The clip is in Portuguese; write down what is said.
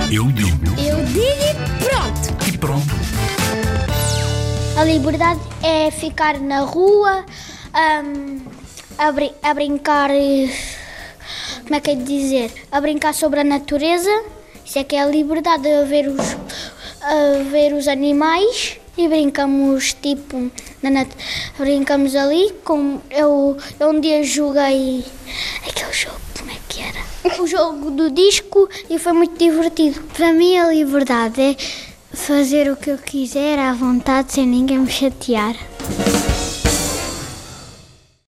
Eu digo. Eu digo e pronto. E pronto. A liberdade é ficar na rua, a brincar, como é que é de dizer? A brincar sobre a natureza. Isso é que é a liberdade, a ver os animais e brincamos tipo, brincamos ali. Como eu um dia joguei aquele jogo, como é que era? O jogo do disco e foi muito divertido. Para mim a liberdade é fazer o que eu quiser à vontade sem ninguém me chatear.